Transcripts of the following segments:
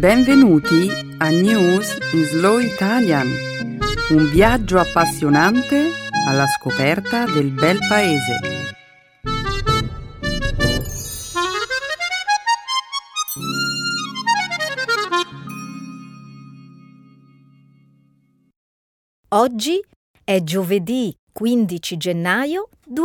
Benvenuti a News in Slow Italian, un viaggio appassionante alla scoperta del bel paese. Oggi è giovedì 15 gennaio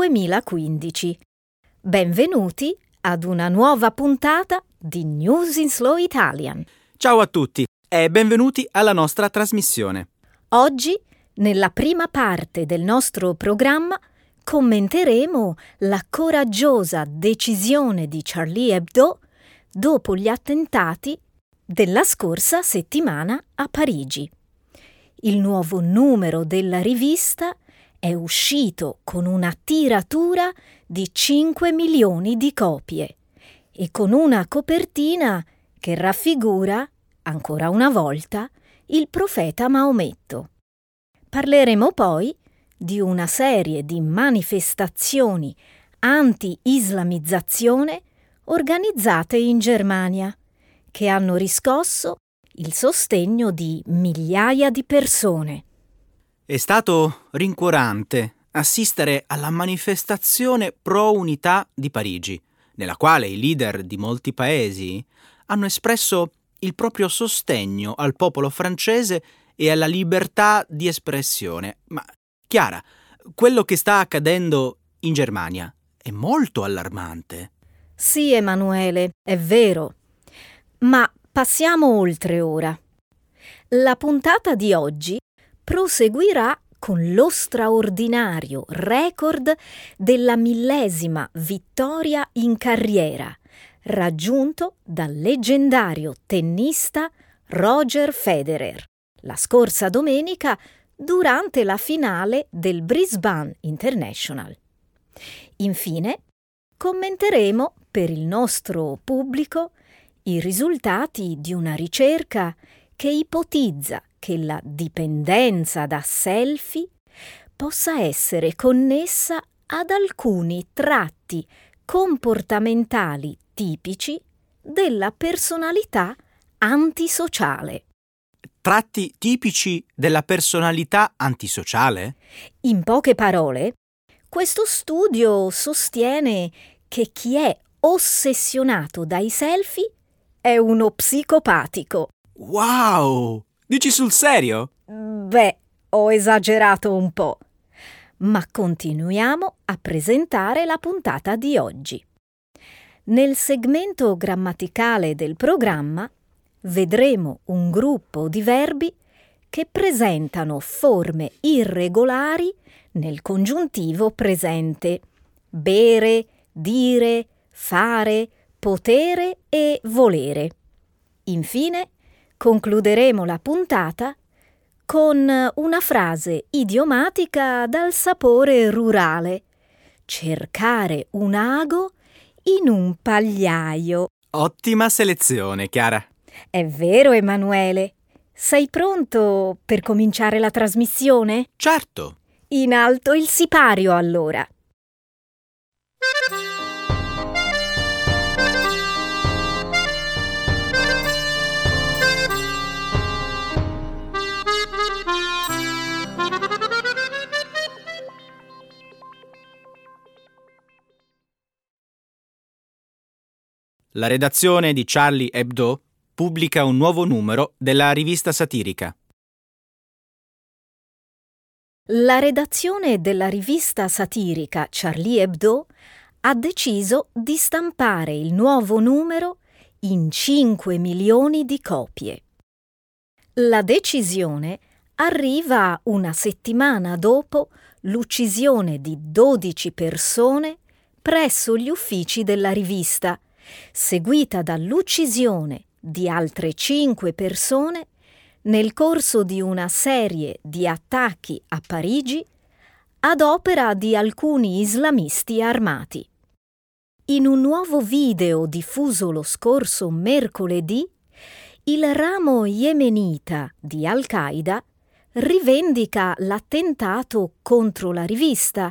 2015. Benvenuti ad una nuova puntata di News in Slow Italian. Ciao a tutti e benvenuti alla nostra trasmissione. Oggi, nella prima parte del nostro programma, commenteremo la coraggiosa decisione di Charlie Hebdo dopo gli attentati della scorsa settimana a Parigi. Il nuovo numero della rivista è uscito con una tiratura di 5 milioni di copie e con una copertina che raffigura, ancora una volta, il profeta Maometto. Parleremo poi di una serie di manifestazioni anti-islamizzazione organizzate in Germania, che hanno riscosso il sostegno di migliaia di persone. È stato rincuorante assistere alla manifestazione pro-unità di Parigi, nella quale i leader di molti paesi hanno espresso il proprio sostegno al popolo francese e alla libertà di espressione. Ma, Chiara, quello che sta accadendo in Germania è molto allarmante. Sì, Emanuele, è vero. Ma passiamo oltre ora. La puntata di oggi proseguirà con lo straordinario record della 1000ª vittoria in carriera, raggiunto dal leggendario tennista Roger Federer la scorsa domenica durante la finale del Brisbane International. Infine, commenteremo per il nostro pubblico i risultati di una ricerca che ipotizza che la dipendenza da selfie possa essere connessa ad alcuni tratti comportamentali tipici della personalità antisociale. Tratti tipici della personalità antisociale? In poche parole, questo studio sostiene che chi è ossessionato dai selfie è uno psicopatico. Wow! Dici sul serio? Beh, ho esagerato un po', ma continuiamo a presentare la puntata di oggi. Nel segmento grammaticale del programma vedremo un gruppo di verbi che presentano forme irregolari nel congiuntivo presente: bere, dire, fare, potere e volere. Infine, concluderemo la puntata con una frase idiomatica dal sapore rurale: cercare un ago in un pagliaio. Ottima selezione, Chiara. È vero, Emanuele. Sei pronto per cominciare la trasmissione? Certo. In alto il sipario, allora. La redazione di Charlie Hebdo pubblica un nuovo numero della rivista satirica. La redazione della rivista satirica Charlie Hebdo ha deciso di stampare il nuovo numero in 5 milioni di copie. La decisione arriva una settimana dopo l'uccisione di 12 persone presso gli uffici della rivista, seguita dall'uccisione di altre 5 persone nel corso di una serie di attacchi a Parigi ad opera di alcuni islamisti armati. In un nuovo video diffuso lo scorso mercoledì, il ramo yemenita di Al-Qaeda rivendica l'attentato contro la rivista,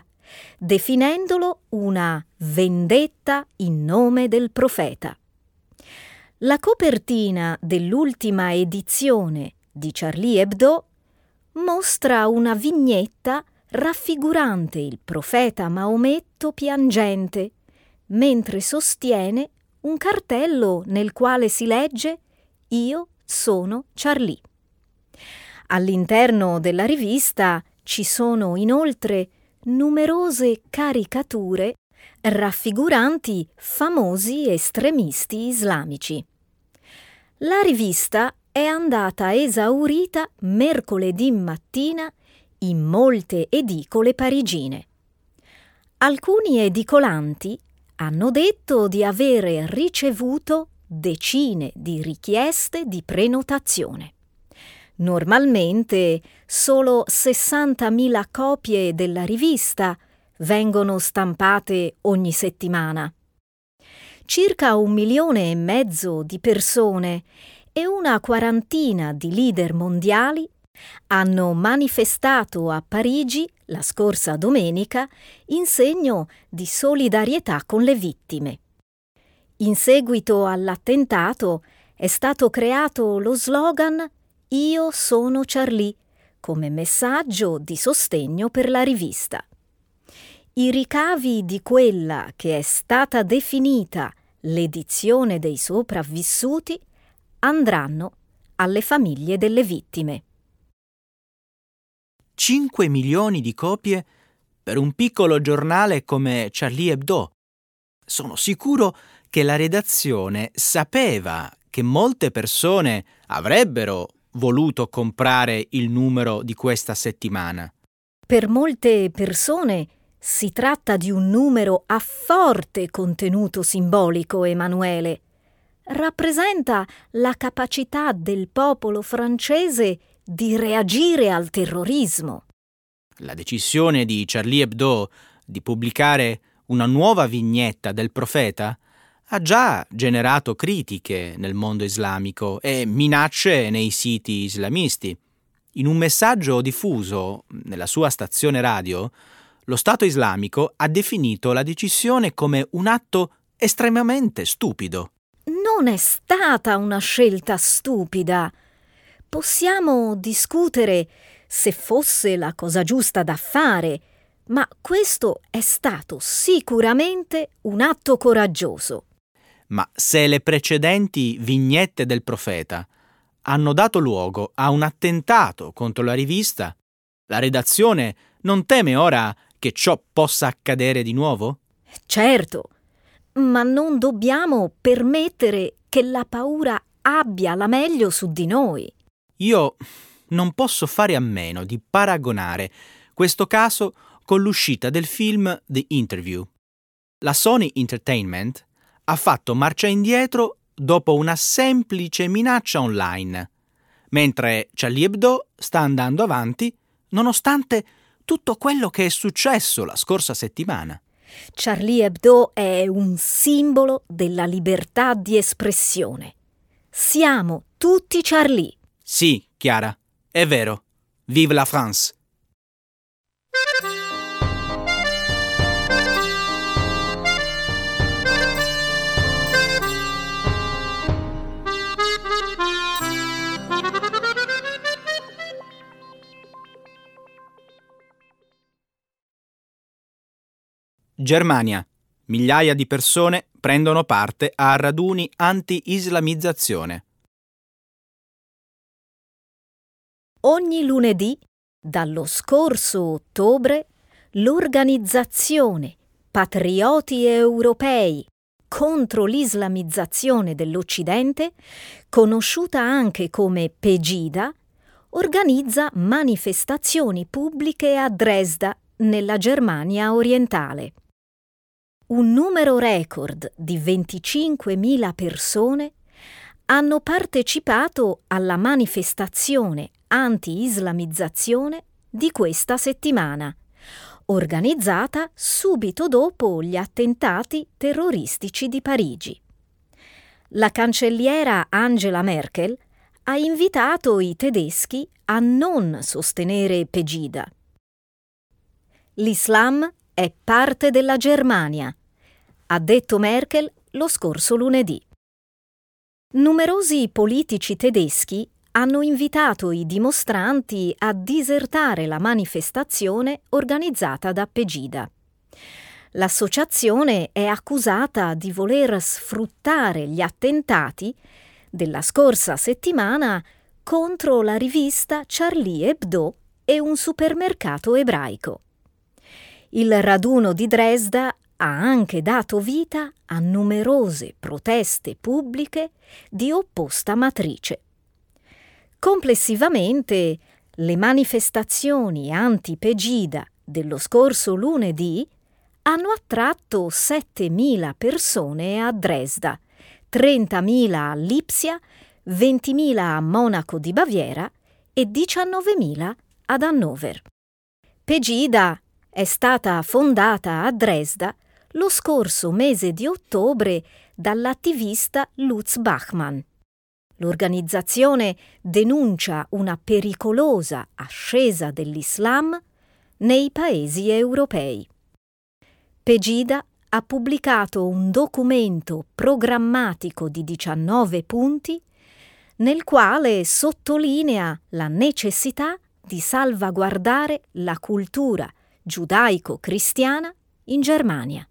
definendolo una vendetta in nome del profeta. La copertina dell'ultima edizione di Charlie Hebdo mostra una vignetta raffigurante il profeta Maometto piangente, mentre sostiene un cartello nel quale si legge «Io sono Charlie». All'interno della rivista ci sono inoltre numerose caricature raffiguranti famosi estremisti islamici. La rivista è andata esaurita mercoledì mattina in molte edicole parigine. Alcuni edicolanti hanno detto di avere ricevuto decine di richieste di prenotazione. Normalmente solo 60.000 copie della rivista vengono stampate ogni settimana. Circa 1,5 milioni di persone e una quarantina di leader mondiali hanno manifestato a Parigi la scorsa domenica in segno di solidarietà con le vittime. In seguito all'attentato è stato creato lo slogan «Io sono Charlie» come messaggio di sostegno per la rivista. I ricavi di quella che è stata definita l'edizione dei sopravvissuti andranno alle famiglie delle vittime. 5 milioni di copie per un piccolo giornale come Charlie Hebdo. Sono sicuro che la redazione sapeva che molte persone avrebbero voluto comprare il numero di questa settimana. Per molte persone si tratta di un numero a forte contenuto simbolico, Emanuele. Rappresenta la capacità del popolo francese di reagire al terrorismo. La decisione di Charlie Hebdo di pubblicare una nuova vignetta del profeta ha già generato critiche nel mondo islamico e minacce nei siti islamisti. In un messaggio diffuso nella sua stazione radio, lo Stato islamico ha definito la decisione come un atto estremamente stupido. Non è stata una scelta stupida. Possiamo discutere se fosse la cosa giusta da fare, ma questo è stato sicuramente un atto coraggioso. Ma se le precedenti vignette del profeta hanno dato luogo a un attentato contro la rivista, la redazione non teme ora che ciò possa accadere di nuovo? Certo, ma non dobbiamo permettere che la paura abbia la meglio su di noi. Io non posso fare a meno di paragonare questo caso con l'uscita del film The Interview. La Sony Entertainment ha fatto marcia indietro dopo una semplice minaccia online, mentre Charlie Hebdo sta andando avanti nonostante tutto quello che è successo la scorsa settimana. Charlie Hebdo è un simbolo della libertà di espressione. Siamo tutti Charlie. Sì, Chiara, è vero. Vive la France! Germania. Migliaia di persone prendono parte a raduni anti-islamizzazione. Ogni lunedì, dallo scorso ottobre, l'organizzazione Patrioti Europei contro l'islamizzazione dell'Occidente, conosciuta anche come Pegida, organizza manifestazioni pubbliche a Dresda, nella Germania orientale. Un numero record di 25.000 persone hanno partecipato alla manifestazione anti-islamizzazione di questa settimana, organizzata subito dopo gli attentati terroristici di Parigi. La cancelliera Angela Merkel ha invitato i tedeschi a non sostenere Pegida. L'Islam è parte della Germania, ha detto Merkel lo scorso lunedì. Numerosi politici tedeschi hanno invitato i dimostranti a disertare la manifestazione organizzata da Pegida. L'associazione è accusata di voler sfruttare gli attentati della scorsa settimana contro la rivista Charlie Hebdo e un supermercato ebraico. Il raduno di Dresda ha anche dato vita a numerose proteste pubbliche di opposta matrice. Complessivamente, le manifestazioni anti-Pegida dello scorso lunedì hanno attratto 7.000 persone a Dresda, 30.000 a Lipsia, 20.000 a Monaco di Baviera e 19.000 ad Hannover. Pegida è stata fondata a Dresda lo scorso mese di ottobre dall'attivista Lutz Bachmann. L'organizzazione denuncia una pericolosa ascesa dell'Islam nei paesi europei. Pegida ha pubblicato un documento programmatico di 19 punti nel quale sottolinea la necessità di salvaguardare la cultura giudaico-cristiana in Germania.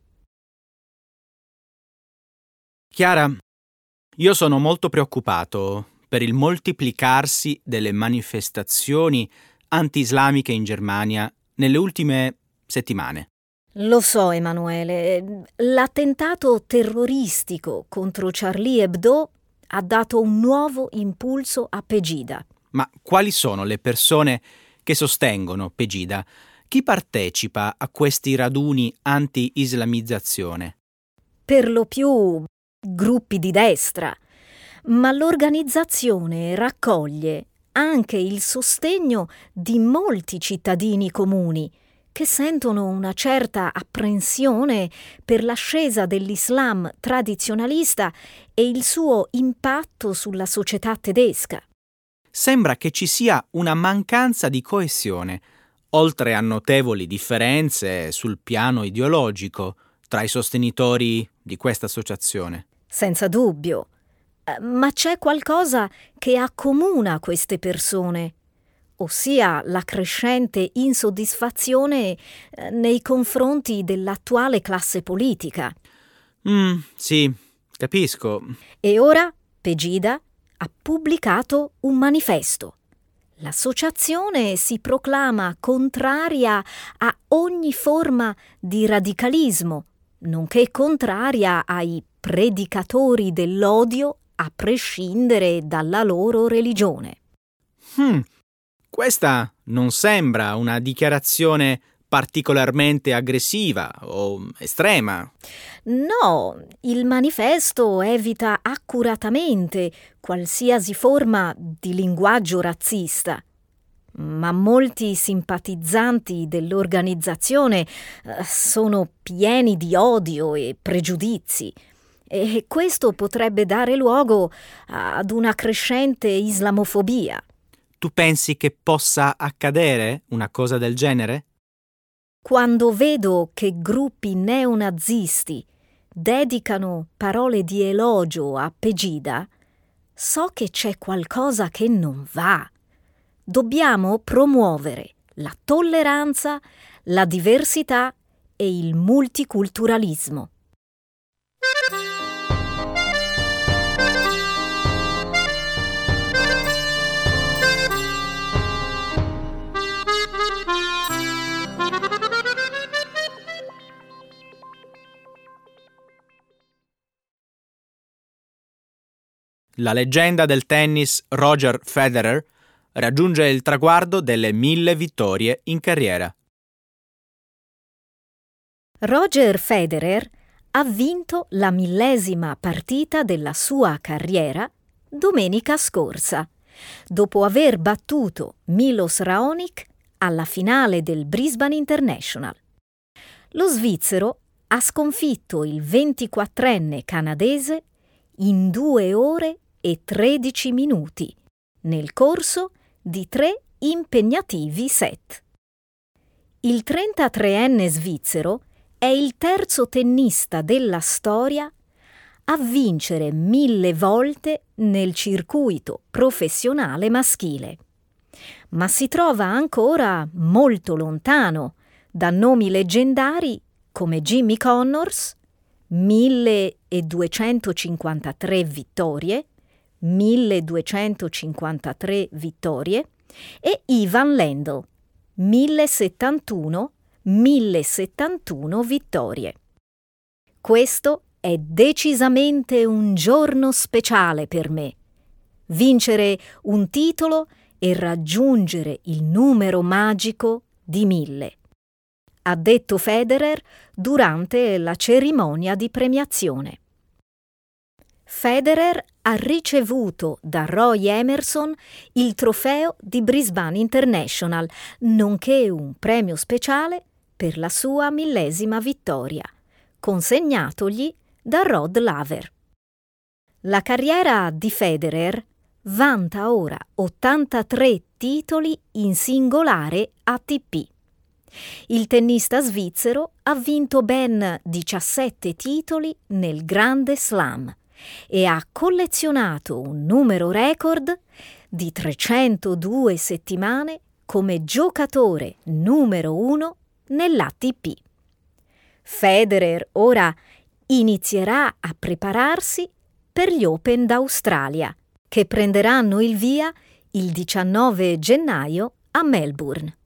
Chiara, io sono molto preoccupato per il moltiplicarsi delle manifestazioni anti-islamiche in Germania nelle ultime settimane. Lo so, Emanuele, l'attentato terroristico contro Charlie Hebdo ha dato un nuovo impulso a Pegida. Ma quali sono le persone che sostengono Pegida? Chi partecipa a questi raduni anti-islamizzazione? Per lo più gruppi di destra, ma l'organizzazione raccoglie anche il sostegno di molti cittadini comuni che sentono una certa apprensione per l'ascesa dell'Islam tradizionalista e il suo impatto sulla società tedesca. Sembra che ci sia una mancanza di coesione, oltre a notevoli differenze sul piano ideologico tra i sostenitori di questa associazione. Senza dubbio, ma c'è qualcosa che accomuna queste persone, ossia la crescente insoddisfazione nei confronti dell'attuale classe politica. Sì, capisco. E ora Pegida ha pubblicato un manifesto. L'associazione si proclama contraria a ogni forma di radicalismo, nonché contraria ai predicatori dell'odio a prescindere dalla loro religione. Questa non sembra una dichiarazione particolarmente aggressiva o estrema. No, il manifesto evita accuratamente qualsiasi forma di linguaggio razzista, ma molti simpatizzanti dell'organizzazione sono pieni di odio e pregiudizi, e questo potrebbe dare luogo ad una crescente islamofobia. Tu pensi che possa accadere una cosa del genere? Quando vedo che gruppi neonazisti dedicano parole di elogio a Pegida, so che c'è qualcosa che non va. Dobbiamo promuovere la tolleranza, la diversità e il multiculturalismo. La leggenda del tennis Roger Federer raggiunge il traguardo delle 1000 vittorie in carriera. Roger Federer ha vinto la 1000ª partita della sua carriera domenica scorsa, dopo aver battuto Milos Raonic alla finale del Brisbane International. Lo svizzero ha sconfitto il 24enne canadese in 2 ore e 13 minuti, nel corso di 3 impegnativi set. Il 33enne svizzero è il terzo tennista della storia a vincere 1000 volte nel circuito professionale maschile. Ma si trova ancora molto lontano da nomi leggendari come Jimmy Connors, 1253 vittorie, 1253 vittorie, e Ivan Lendl, 1071 vittorie. Questo è decisamente un giorno speciale per me. Vincere un titolo e raggiungere il numero magico di 1000, ha detto Federer durante la cerimonia di premiazione. Federer ha ricevuto da Roy Emerson il trofeo di Brisbane International, nonché un premio speciale per la sua 1000ª vittoria, consegnatogli da Rod Laver. La carriera di Federer vanta ora 83 titoli in singolare ATP. Il tennista svizzero ha vinto ben 17 titoli nel Grande Slam e ha collezionato un numero record di 302 settimane come giocatore numero 1 nell'ATP. Federer ora inizierà a prepararsi per gli Open d'Australia, che prenderanno il via il 19 gennaio a Melbourne.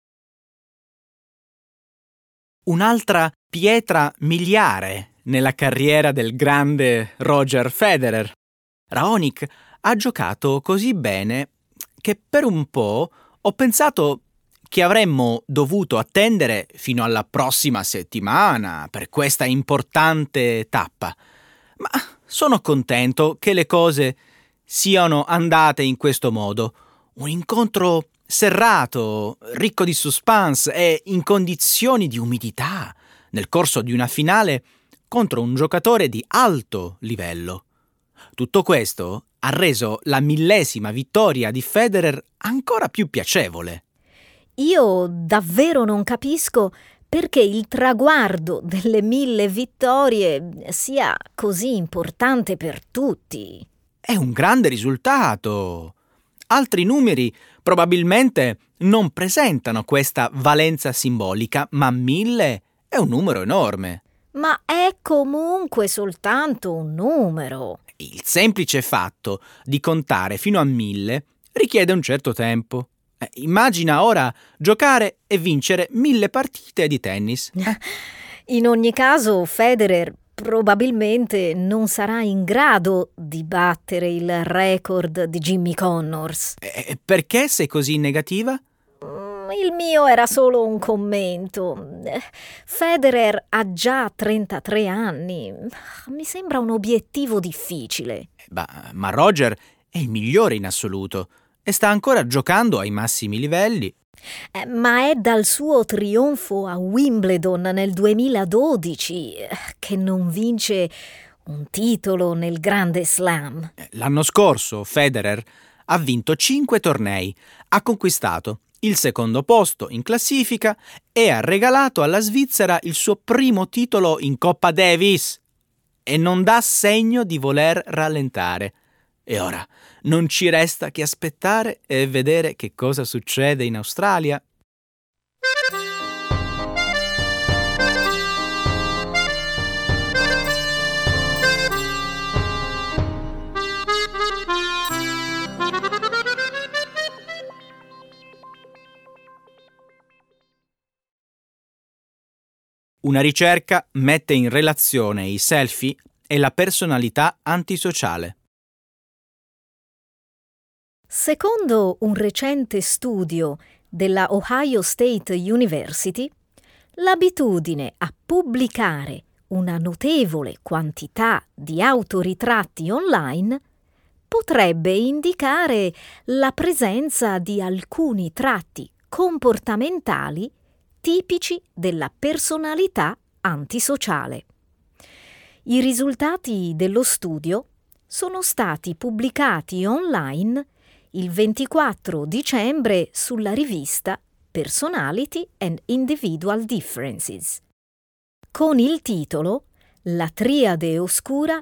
Un'altra pietra miliare nella carriera del grande Roger Federer. Raonic ha giocato così bene che per un po' ho pensato che avremmo dovuto attendere fino alla prossima settimana per questa importante tappa. Ma sono contento che le cose siano andate in questo modo. Un incontro serrato, ricco di suspense e in condizioni di umidità nel corso di una finale contro un giocatore di alto livello. Tutto questo ha reso la 1000ª vittoria di Federer ancora più piacevole. Io davvero non capisco perché il traguardo delle 1000 vittorie sia così importante per tutti. È un grande risultato. Altri numeri probabilmente non presentano questa valenza simbolica, ma 1000 è un numero enorme. Ma è comunque soltanto un numero. Il semplice fatto di contare fino a 1000 richiede un certo tempo. Immagina ora giocare e vincere 1000 partite di tennis. In ogni caso, Federer probabilmente non sarà in grado di battere il record di Jimmy Connors. Perché sei così negativa? Il mio era solo un commento. Federer ha già 33 anni. Mi sembra un obiettivo difficile. Ma Roger è il migliore in assoluto e sta ancora giocando ai massimi livelli. Ma è dal suo trionfo a Wimbledon nel 2012 che non vince un titolo nel Grande Slam. L'anno scorso Federer ha vinto 5 tornei, ha conquistato il secondo posto in classifica e ha regalato alla Svizzera il suo primo titolo in Coppa Davis e non dà segno di voler rallentare. E ora non ci resta che aspettare e vedere che cosa succede in Australia. Una ricerca mette in relazione i selfie e la personalità antisociale. Secondo un recente studio della Ohio State University, l'abitudine a pubblicare una notevole quantità di autoritratti online potrebbe indicare la presenza di alcuni tratti comportamentali tipici della personalità antisociale. I risultati dello studio sono stati pubblicati online il 24 dicembre sulla rivista Personality and Individual Differences, con il titolo La triade oscura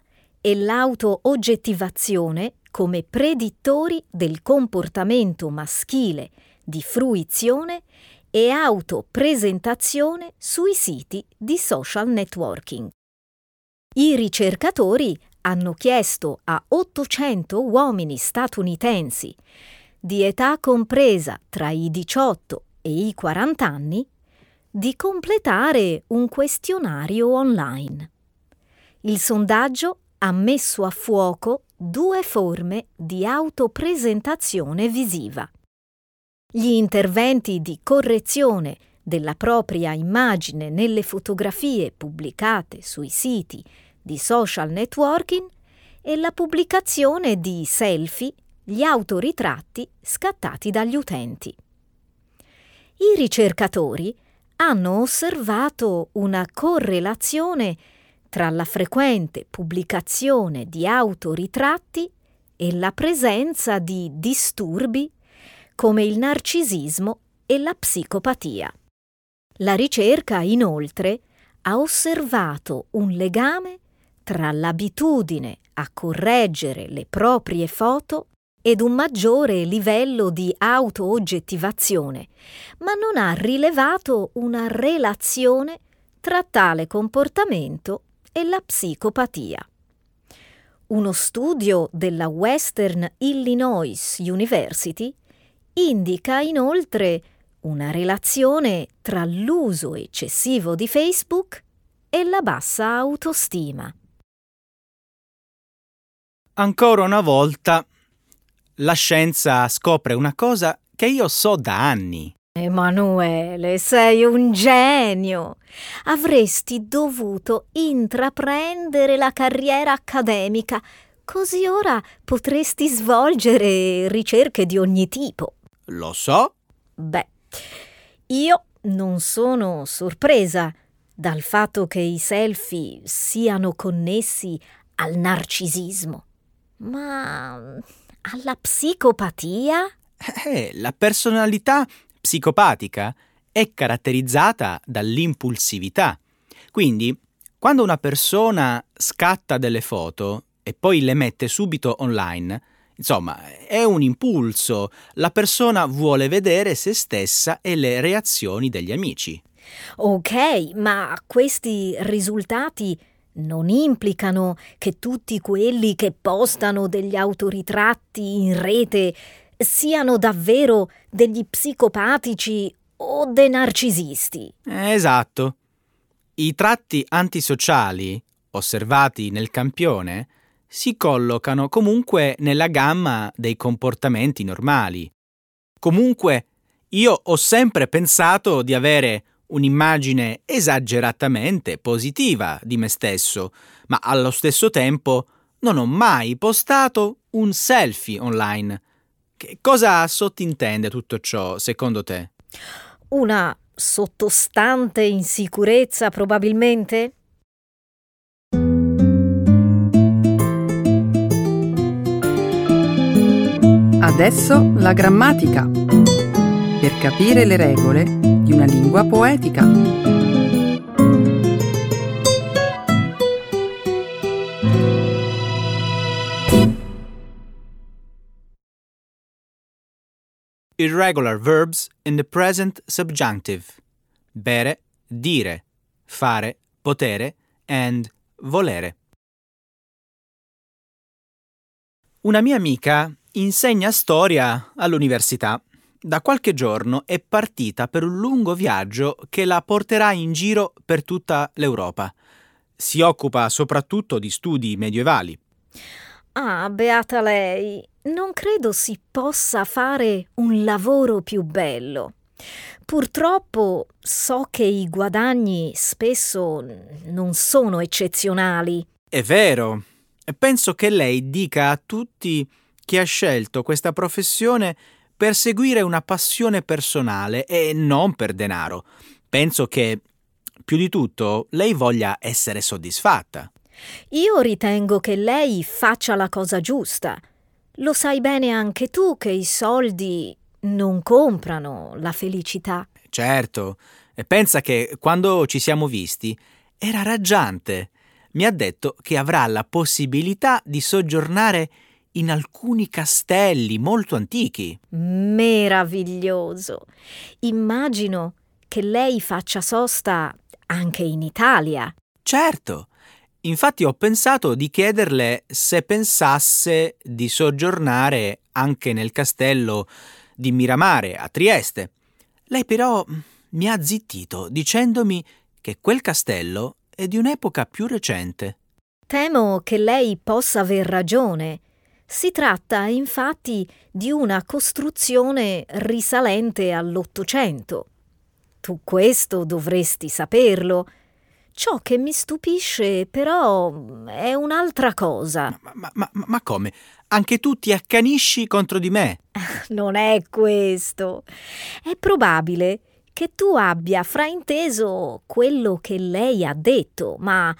e l'auto-oggettivazione come predittori del comportamento maschile di fruizione e autopresentazione sui siti di social networking. I ricercatori hanno chiesto a 800 uomini statunitensi di età compresa tra i 18 e i 40 anni di completare un questionario online. Il sondaggio ha messo a fuoco 2 forme di autopresentazione visiva. Gli interventi di correzione della propria immagine nelle fotografie pubblicate sui siti di social networking e la pubblicazione di selfie, gli autoritratti scattati dagli utenti. I ricercatori hanno osservato una correlazione tra la frequente pubblicazione di autoritratti e la presenza di disturbi come il narcisismo e la psicopatia. La ricerca, inoltre, ha osservato un legame tra l'abitudine a correggere le proprie foto ed un maggiore livello di auto-oggettivazione, ma non ha rilevato una relazione tra tale comportamento e la psicopatia. Uno studio della Western Illinois University indica inoltre una relazione tra l'uso eccessivo di Facebook e la bassa autostima. Ancora una volta la scienza scopre una cosa che io so da anni. Emanuele, sei un genio! Avresti dovuto intraprendere la carriera accademica, così ora potresti svolgere ricerche di ogni tipo. Lo so. Beh, io non sono sorpresa dal fatto che i selfie siano connessi al narcisismo, ma alla psicopatia? La personalità psicopatica è caratterizzata dall'impulsività. Quindi, quando una persona scatta delle foto e poi le mette subito online, insomma, è un impulso. La persona vuole vedere se stessa e le reazioni degli amici. Ok, ma questi risultati non implicano che tutti quelli che postano degli autoritratti in rete siano davvero degli psicopatici o dei narcisisti. Esatto. I tratti antisociali osservati nel campione si collocano comunque nella gamma dei comportamenti normali. Comunque, io ho sempre pensato di avere un'immagine esageratamente positiva di me stesso, ma allo stesso tempo non ho mai postato un selfie online. Che cosa sottintende tutto ciò, secondo te? Una sottostante insicurezza, probabilmente? Adesso la grammatica, per capire le regole di una lingua poetica. Irregular verbs in the present subjunctive. Bere, dire, fare, potere and volere. Una mia amica insegna storia all'università. Da qualche giorno è partita per un lungo viaggio che la porterà in giro per tutta l'Europa. Si occupa soprattutto di studi medievali. Ah, beata lei, non credo si possa fare un lavoro più bello. Purtroppo so che i guadagni spesso non sono eccezionali. È vero. Penso che lei dica a tutti che ha scelto questa professione per seguire una passione personale e non per denaro. Penso che, più di tutto, lei voglia essere soddisfatta. Io ritengo che lei faccia la cosa giusta. Lo sai bene anche tu che i soldi non comprano la felicità. Certo, e pensa che quando ci siamo visti era raggiante. mi ha detto che avrà la possibilità di soggiornare in alcuni castelli molto antichi. Meraviglioso! Immagino che lei faccia sosta anche in Italia. Certo! Infatti ho pensato di chiederle se pensasse di soggiornare anche nel castello di Miramare a Trieste. Lei però mi ha zittito dicendomi che quel castello è di un'epoca più recente. Temo che lei possa aver ragione. Si tratta infatti di una costruzione risalente all'Ottocento. Tu questo dovresti saperlo. Ciò che mi stupisce però è un'altra cosa. Ma come? Anche tu ti accanisci contro di me? Non è questo. È probabile che tu abbia frainteso quello che lei ha detto, ma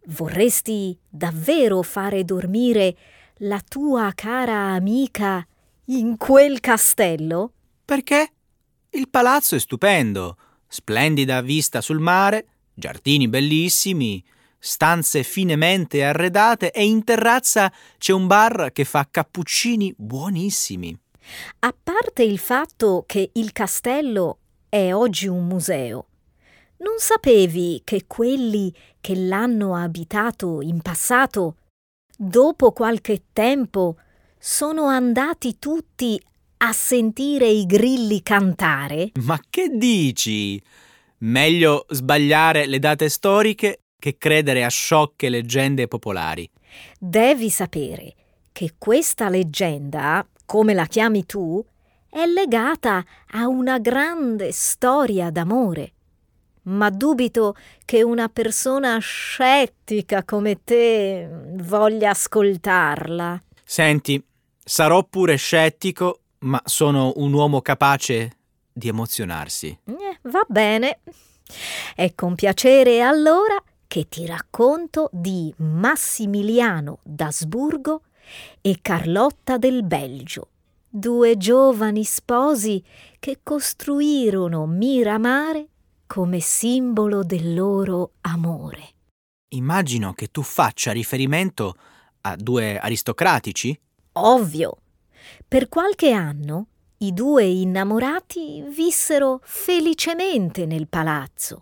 vorresti davvero fare dormire la tua cara amica in quel castello? Perché? Il palazzo è stupendo, splendida vista sul mare, giardini bellissimi, stanze finemente arredate e in terrazza c'è un bar che fa cappuccini buonissimi. A parte il fatto che il castello è oggi un museo, non sapevi che quelli che l'hanno abitato in passato, dopo qualche tempo, sono andati tutti a sentire i grilli cantare? Ma che dici? Meglio sbagliare le date storiche che credere a sciocche leggende popolari. Devi sapere che questa leggenda, come la chiami tu, è legata a una grande storia d'amore. Ma dubito che una persona scettica come te voglia ascoltarla. Senti, sarò pure scettico, ma sono un uomo capace di emozionarsi. Va bene. È con piacere allora che ti racconto di Massimiliano d'Asburgo e Carlotta del Belgio, 2 giovani sposi che costruirono Miramare come simbolo del loro amore. Immagino che tu faccia riferimento a 2 aristocratici? Ovvio. Per qualche anno i 2 innamorati vissero felicemente nel palazzo.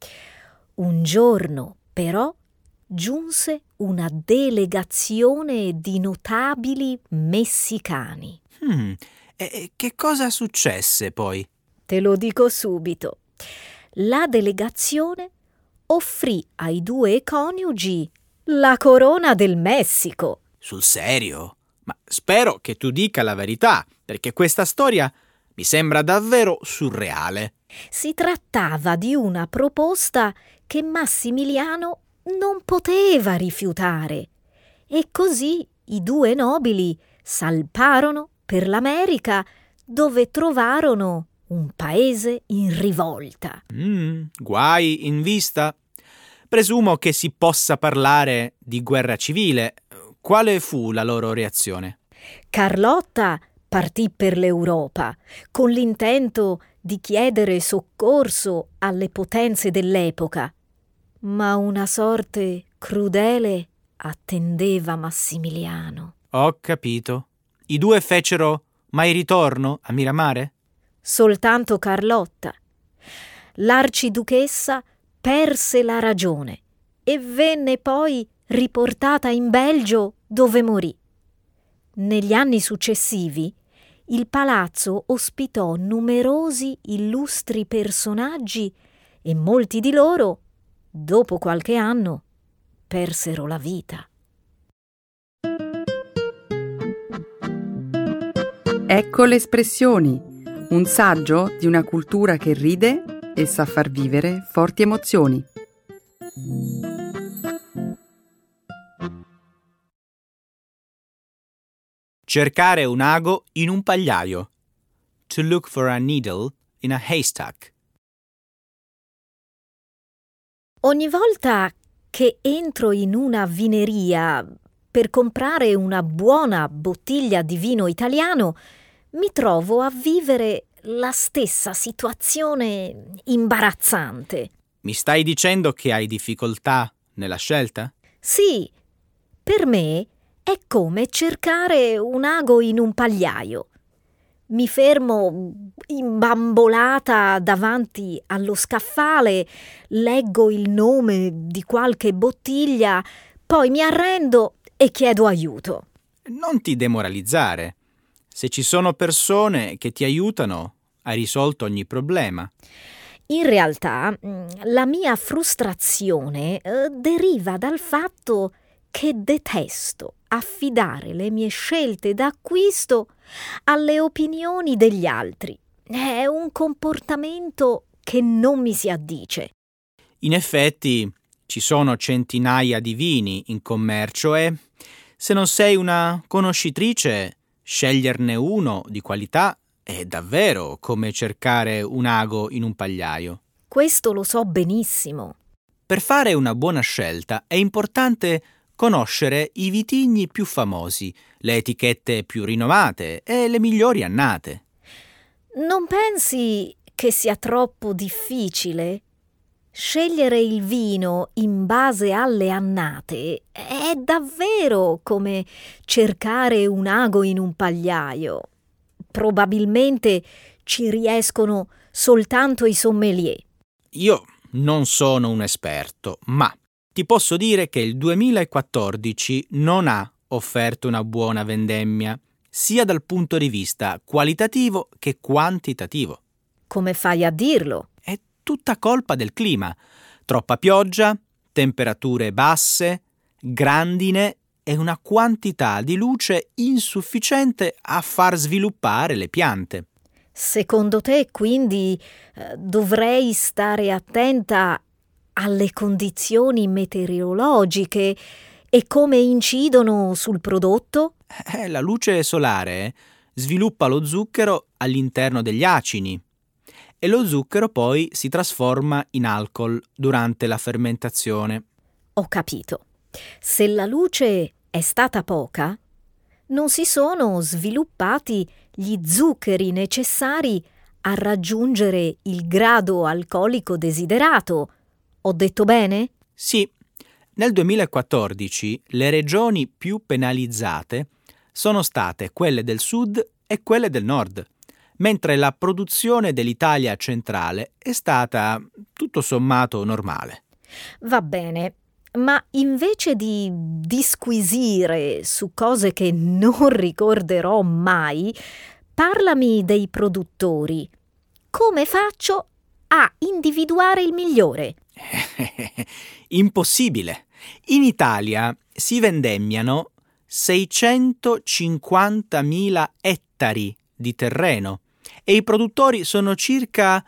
Un giorno, però, giunse una delegazione di notabili messicani. E che cosa successe poi? Te lo dico subito. La delegazione offrì ai 2 coniugi la corona del Messico. Sul serio? Ma spero che tu dica la verità, perché questa storia mi sembra davvero surreale. Si trattava di una proposta che Massimiliano non poteva rifiutare, e così i 2 nobili salparono per l'America, dove trovarono un paese in rivolta. Guai in vista? Presumo che si possa parlare di guerra civile. Quale fu la loro reazione? Carlotta partì per l'Europa con l'intento di chiedere soccorso alle potenze dell'epoca, ma una sorte crudele attendeva Massimiliano. Ho capito. I 2 fecero mai ritorno a Miramare? Soltanto Carlotta. L'arciduchessa perse la ragione e venne poi riportata in Belgio, dove morì. Negli anni successivi il palazzo ospitò numerosi illustri personaggi e molti di loro, dopo qualche anno, persero la vita. Ecco le espressioni, un saggio di una cultura che ride e sa far vivere forti emozioni. Cercare un ago in un pagliaio. To look for a needle in a haystack. Ogni volta che entro in una vineria per comprare una buona bottiglia di vino italiano, mi trovo a vivere la stessa situazione imbarazzante. Mi stai dicendo che hai difficoltà nella scelta? Sì, per me è come cercare un ago in un pagliaio. Mi fermo imbambolata davanti allo scaffale, leggo il nome di qualche bottiglia, poi mi arrendo e chiedo aiuto. Non ti demoralizzare. Se ci sono persone che ti aiutano, hai risolto ogni problema. In realtà, la mia frustrazione deriva dal fatto che detesto affidare le mie scelte d'acquisto alle opinioni degli altri. È un comportamento che non mi si addice. In effetti, ci sono centinaia di vini in commercio e, se non sei una conoscitrice, sceglierne uno di qualità è davvero come cercare un ago in un pagliaio. Questo lo so benissimo. Per fare una buona scelta è importante conoscere i vitigni più famosi, le etichette più rinomate e le migliori annate. Non pensi che sia troppo difficile? Scegliere il vino in base alle annate è davvero come cercare un ago in un pagliaio. Probabilmente ci riescono soltanto i sommelier. Io non sono un esperto, ma ti posso dire che il 2014 non ha offerto una buona vendemmia, sia dal punto di vista qualitativo che quantitativo. Come fai a dirlo? È tutta colpa del clima. Troppa pioggia, temperature basse, grandine e una quantità di luce insufficiente a far sviluppare le piante. Secondo te, quindi, dovrei stare attenta alle condizioni meteorologiche e come incidono sul prodotto? La luce solare sviluppa lo zucchero all'interno degli acini e lo zucchero poi si trasforma in alcol durante la fermentazione. Ho capito. Se la luce è stata poca, non si sono sviluppati gli zuccheri necessari a raggiungere il grado alcolico desiderato. Ho detto bene? Sì, nel 2014 le regioni più penalizzate sono state quelle del sud e quelle del nord, mentre la produzione dell'Italia centrale è stata tutto sommato normale. Va bene, ma invece di disquisire su cose che non ricorderò mai, parlami dei produttori. Come faccio a individuare il migliore? Impossibile. In Italia si vendemmiano 650.000 ettari di terreno e i produttori sono circa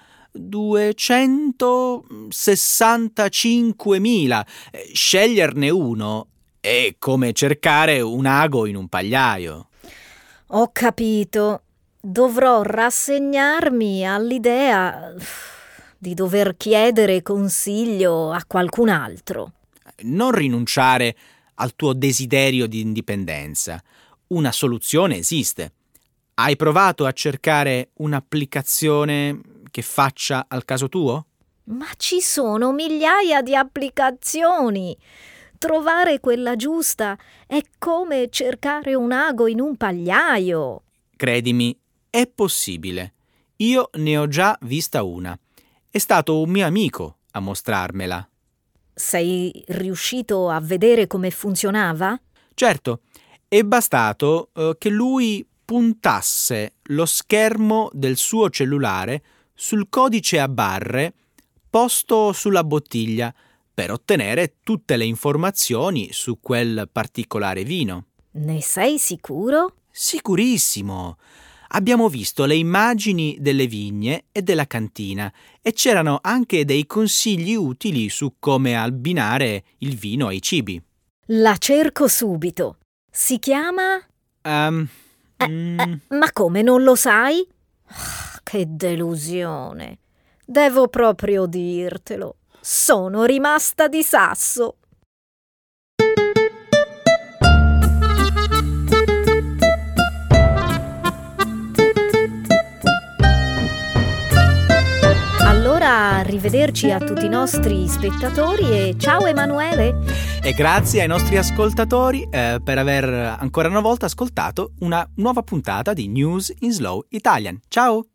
265.000. Sceglierne uno è come cercare un ago in un pagliaio. Ho capito. Dovrò rassegnarmi all'idea di dover chiedere consiglio a qualcun altro. Non rinunciare al tuo desiderio di indipendenza. Una soluzione esiste. Hai provato a cercare un'applicazione che faccia al caso tuo? Ma ci sono migliaia di applicazioni. Trovare quella giusta è come cercare un ago in un pagliaio. Credimi, è possibile. Io ne ho già vista una. È stato un mio amico a mostrarmela. Sei riuscito a vedere come funzionava? Certo, è bastato che lui puntasse lo schermo del suo cellulare sul codice a barre posto sulla bottiglia per ottenere tutte le informazioni su quel particolare vino. Ne sei sicuro? Sicurissimo! Abbiamo visto le immagini delle vigne e della cantina e c'erano anche dei consigli utili su come abbinare il vino ai cibi. La cerco subito. Si chiama? Ma come, non lo sai? Che delusione. Devo proprio dirtelo. Sono rimasta di sasso. Allora, arrivederci arrivederci a tutti i nostri spettatori e ciao Emanuele! E grazie ai nostri ascoltatori per aver ancora una volta ascoltato una nuova puntata di News in Slow Italian. Ciao!